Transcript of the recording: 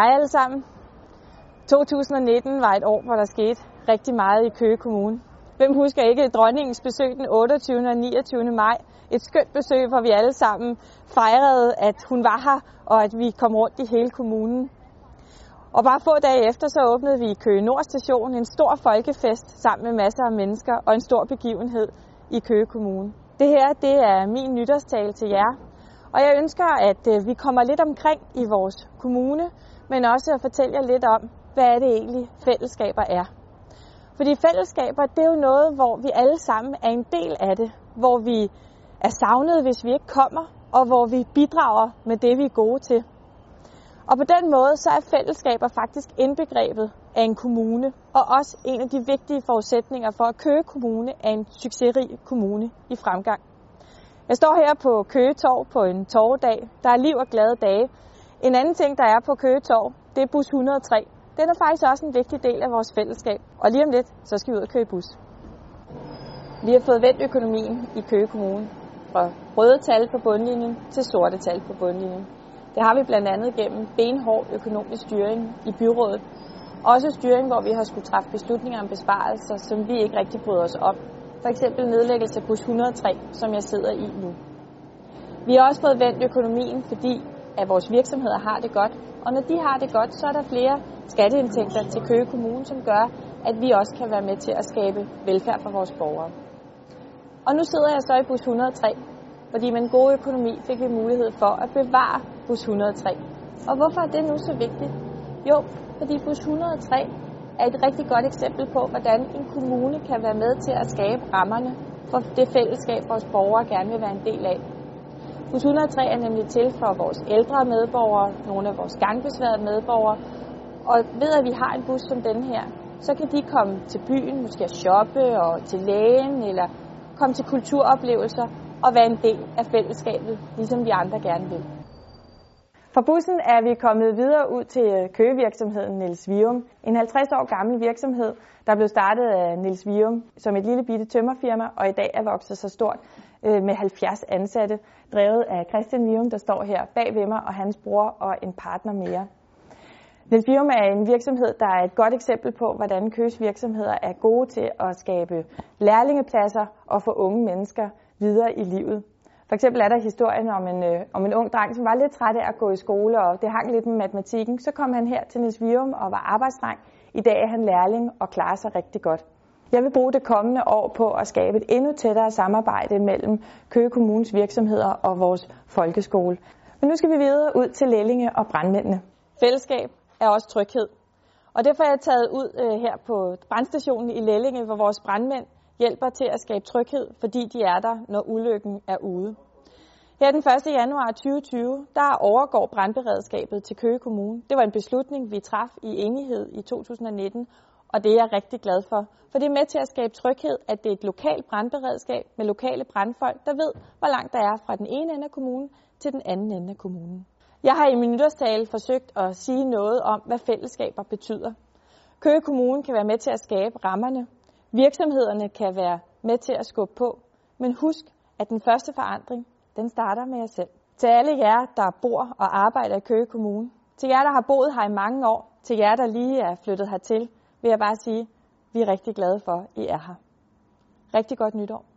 Hej alle sammen. 2019 var et år, hvor der skete rigtig meget i Køge Kommune. Hvem husker ikke dronningens besøg den 28. og 29. maj? Et skønt besøg, hvor vi alle sammen fejrede, at hun var her, og at vi kom rundt i hele kommunen. Og bare få dage efter, så åbnede vi Køge Nord Station, en stor folkefest sammen med masser af mennesker og en stor begivenhed i Køge Kommune. Det her, det er min nytårstale til jer. Og jeg ønsker, at vi kommer lidt omkring i vores kommune, men også at fortælle jer lidt om, hvad er det egentlig fællesskaber er. Fordi fællesskaber, det er jo noget, hvor vi alle sammen er en del af det. Hvor vi er savnet, hvis vi ikke kommer, og hvor vi bidrager med det, vi er gode til. Og på den måde, så er fællesskaber faktisk indbegrebet af en kommune, og også en af de vigtige forudsætninger for, at Køge Kommune er en succesrig kommune i fremgang. Jeg står her på Køge Torv på en torvedag. Der er liv og glade dage. En anden ting, der er på Køge Torv, det er bus 103. Den er faktisk også en vigtig del af vores fællesskab. Og lige om lidt, så skal vi ud og køre bus. Vi har fået vendt økonomien i Køge Kommune. Fra røde tal på bundlinjen til sorte tal på bundlinjen. Det har vi blandt andet gennem benhård økonomisk styring i byrådet. Også styring, hvor vi har skulle træffe beslutninger om besparelser, som vi ikke rigtig bryder os om. For eksempel nedlæggelse af bus 103, som jeg sidder i nu. Vi har også fået vendt økonomien, fordi at vores virksomheder har det godt. Og når de har det godt, så er der flere skatteindtægter til Køge Kommune, som gør, at vi også kan være med til at skabe velfærd for vores borgere. Og nu sidder jeg så i bus 103, fordi med en god økonomi fik vi mulighed for at bevare bus 103. Og hvorfor er det nu så vigtigt? Jo, fordi bus 103 er et rigtig godt eksempel på, hvordan en kommune kan være med til at skabe rammerne for det fællesskab, vores borgere gerne vil være en del af. Bus 103 er nemlig til for vores ældre medborgere, nogle af vores gangbesværede medborgere, og ved at vi har en bus som den her, så kan de komme til byen, måske at shoppe og til lægen, eller komme til kulturoplevelser og være en del af fællesskabet, ligesom vi andre gerne vil. Fra bussen er vi kommet videre ud til Køge-virksomheden Niels Vium. En 50 år gammel virksomhed, der blev startet af Niels Vium som et lille bitte tømmerfirma, og i dag er vokset så stort med 70 ansatte, drevet af Christian Vium, der står her bag ved mig, og hans bror og en partner mere. Niels Vium er en virksomhed, der er et godt eksempel på, hvordan Køges virksomheder er gode til at skabe lærlingepladser og få unge mennesker videre i livet. For eksempel er der historien om en ung dreng, som var lidt træt af at gå i skole, og det hang lidt med matematikken. Så kom han her til Niels Vium og var arbejdsdreng. I dag er han lærling og klarer sig rigtig godt. Jeg vil bruge det kommende år på at skabe et endnu tættere samarbejde mellem Køge Kommunes virksomheder og vores folkeskole. Men nu skal vi videre ud til lærlinge og brandmændene. Fællesskab er også tryghed. Og derfor er jeg taget ud her på brandstationen i Lellinge, hvor vores brandmænd hjælper til at skabe tryghed, fordi de er der, når ulykken er ude. Her den 1. januar 2020, der overgår brandberedskabet til Køge Kommune. Det var en beslutning, vi traf i enighed i 2019, og det er jeg rigtig glad for. For det er med til at skabe tryghed, at det er et lokalt brandberedskab med lokale brandfolk, der ved, hvor langt der er fra den ene ende af kommunen til den anden ende af kommunen. Jeg har i min nytårstale forsøgt at sige noget om, hvad fællesskaber betyder. Køge Kommune kan være med til at skabe rammerne. Virksomhederne kan være med til at skubbe på. Men husk, at den første forandring, den starter med jer selv. Til alle jer, der bor og arbejder i Køge Kommune, til jer, der har boet her i mange år, til jer, der lige er flyttet hertil, vil jeg bare sige, at vi er rigtig glade for, at I er her. Rigtig godt nytår.